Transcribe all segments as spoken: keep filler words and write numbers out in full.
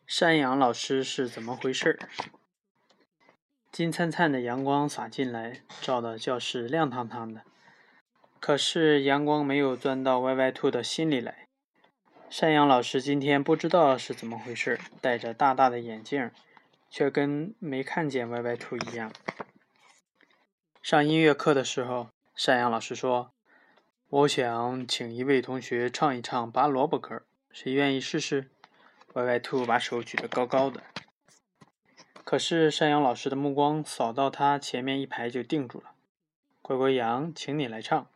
山羊老师是怎么回事？金灿灿的阳光洒进来，照得教室亮堂堂的。可是阳光没有钻到歪歪兔的心里来。山羊老师今天不知道是怎么回事，戴着大大的眼镜，却跟没看见歪歪兔一样。上音乐课的时候，山羊老师说：“我想请一位同学唱一唱拔萝卜歌，谁愿意试试？”歪歪兔把手举得高高的。可是山羊老师的目光扫到他前面一排就定住了。乖乖羊，请你来唱。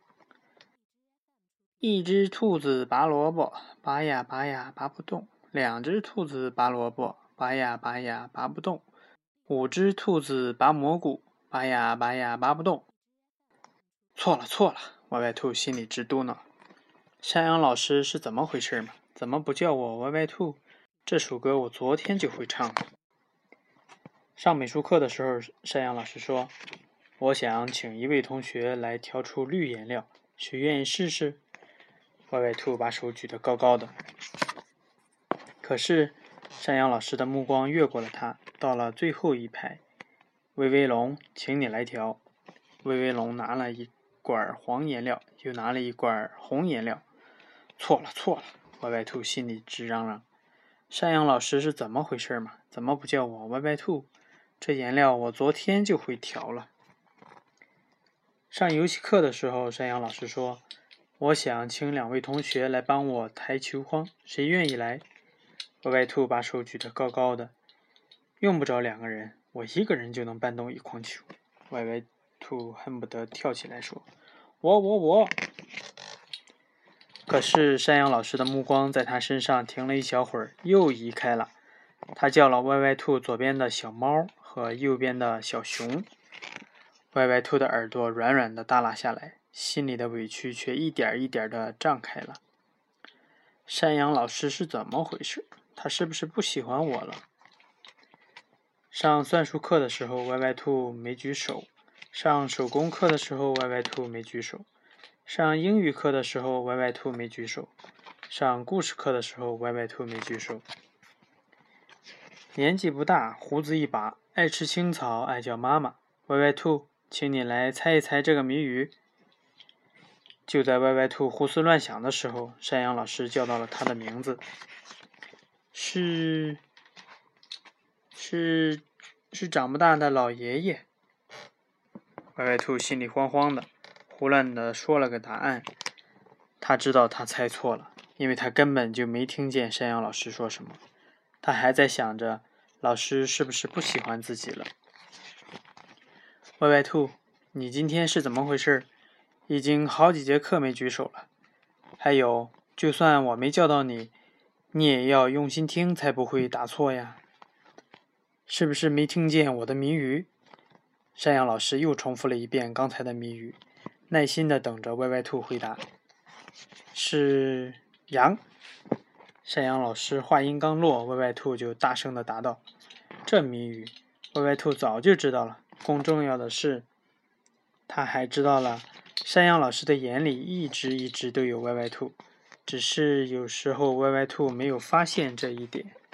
一只兔子拔萝卜，拔呀拔呀拔不动；两只兔子拔萝卜，拔呀拔呀拔不动；五只兔子拔蘑菇，拔呀拔呀拔不动。错了错了，歪歪兔心里直嘟囔。山羊老师是怎么回事嘛？怎么不叫我歪歪兔？这首歌我昨天就会唱了。上美术课的时候，山羊老师说：“我想请一位同学来调出绿颜料，谁愿意试试？”歪歪兔把手举得高高的。可是山羊老师的目光越过了他，到了最后一排。威威龙，请你来调。威威龙拿了一罐黄颜料，又拿了一罐红颜料。错了错了，歪歪兔心里直嚷嚷。山羊老师是怎么回事嘛？怎么不叫我歪歪兔？这颜料我昨天就会调了。上游戏课的时候，山羊老师说：“我想请两位同学来帮我抬球筐，谁愿意来？”歪歪兔把手举得高高的。用不着两个人，我一个人就能搬动一筐球。歪歪兔恨不得跳起来说：“我我我！”可是山羊老师的目光在他身上停了一小会儿，又移开了。他叫了歪歪兔左边的小猫和右边的小熊。歪歪兔的耳朵软软的耷拉下来，心里的委屈却一点一点的胀开了。山羊老师是怎么回事？他是不是不喜欢我了？上算术课的时候，歪歪兔没举手；上手工课的时候，歪歪兔没举手；上英语课的时候，歪歪兔没举手；上故事课的时候，歪歪兔没举手。年纪不大，胡子一把，爱吃青草，爱叫妈妈。歪歪兔，请你来猜一猜这个谜语。就在歪歪兔胡思乱想的时候，山羊老师叫到了他的名字。是是是长不大的老爷爷。歪歪兔心里慌慌的，胡乱的说了个答案。他知道他猜错了，因为他根本就没听见山羊老师说什么。他还在想着老师是不是不喜欢自己了。歪歪兔，你今天是怎么回事？已经好几节课没举手了。还有，就算我没叫到你，你也要用心听才不会答错呀。是不是没听见我的谜语？山羊老师又重复了一遍刚才的谜语，耐心地等着歪歪兔回答。是羊。山羊老师话音刚落，歪歪兔就大声地答道：“这谜语，歪歪兔早就知道了。更重要的是，他还知道了山羊老师的眼里一直一直都有歪歪兔，只是有时候歪歪兔没有发现这一点。”